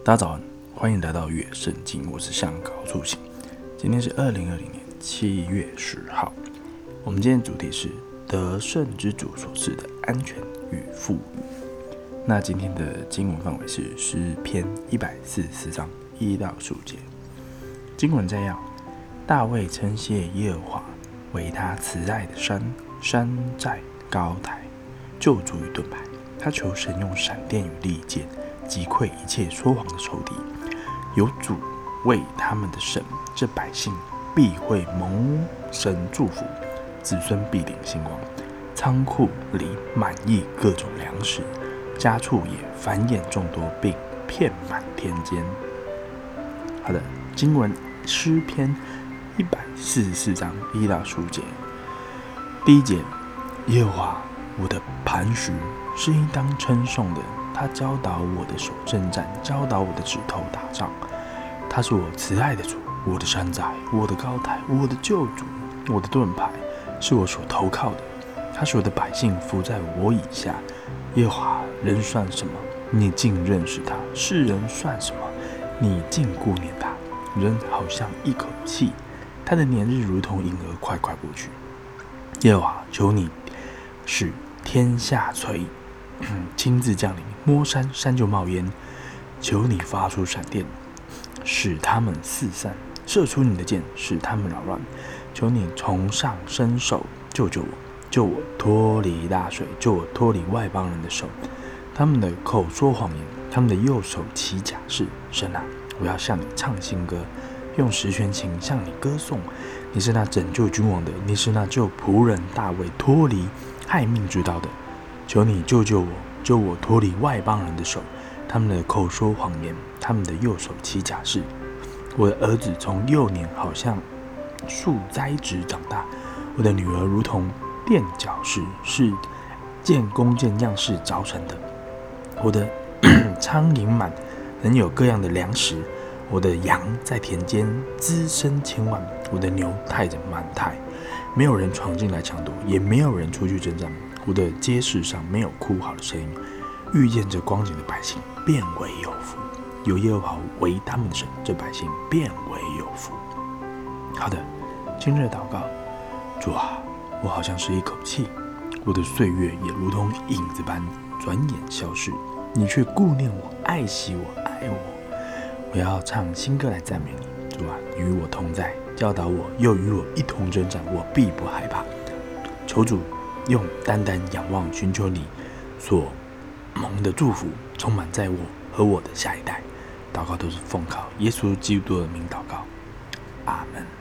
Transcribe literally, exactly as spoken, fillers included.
大家早安，欢迎来到乐圣经，我是向高出行。今天是二零二零年七月十号，我们今天的主题是得胜之主所赐的安全与富裕。那今天的经文范围是诗篇一百四十四章一到十五节。经文摘要：大卫称谢耶和华为他慈爱的山，山寨高台，救主与盾牌。他求神用闪电与利剑击溃一切说谎的仇敌。有主为他们的神，这百姓必会蒙神祝福，子孙必领星光。仓库里满溢各种粮食，家畜也繁衍众多，并遍满田间。好的，经文诗篇一百四十四章一到十五节。第一节：耶和华我的磐石是应当称颂的，他教导我的手征战，教导我的指头打仗。他是我慈爱的主，我的山寨，我的高台，我的救主，我的盾牌，是我所投靠的。他使我的百姓服在我以下。耶和华人算什么？你竟认识他；世人算什么？你竟顾念他。人好像一口气，他的年日如同银儿，快快过去。耶和华，求你使天下垂，亲自降临，摸山，山就冒烟。求你发出闪电，使他们四散；射出你的箭，使他们扰乱。求你从上伸手救救我，救我脱离大水，救我脱离外邦人的手。他们的口说谎言，他们的右手起假誓。神啊，我要向你唱新歌，用十弦琴向你歌颂。你是那拯救君王的，你是那救仆人大卫脱离害命之刀的。求你救救我，救我脱离外邦人的手。他们的口说谎言，他们的右手起假誓。我的儿子从幼年好像树栽植长大，我的女儿如同垫脚石，是见弓箭样式凿成的。我的仓廪满，能有各样的粮食。我的羊在田间滋生千万，我的牛太着满太，没有人闯进来抢夺，也没有人出去征战。我的街市上没有哭嚎的声音。遇见这光景的百姓，便为有福。有耶和华为他们的神，这百姓便为有福。好的，今日的祷告：主啊，我好像是一口气，我的岁月也如同影子般转眼消逝，你却顾念我，爱惜我，爱我。我要唱新歌来赞美你。主啊，你与我同在，教导我，又与我一同征战，我必不害怕。求主用单单仰望寻求你所蒙的祝福充满在我和我的下一代。祷告都是奉靠耶稣基督的名祷告，阿们。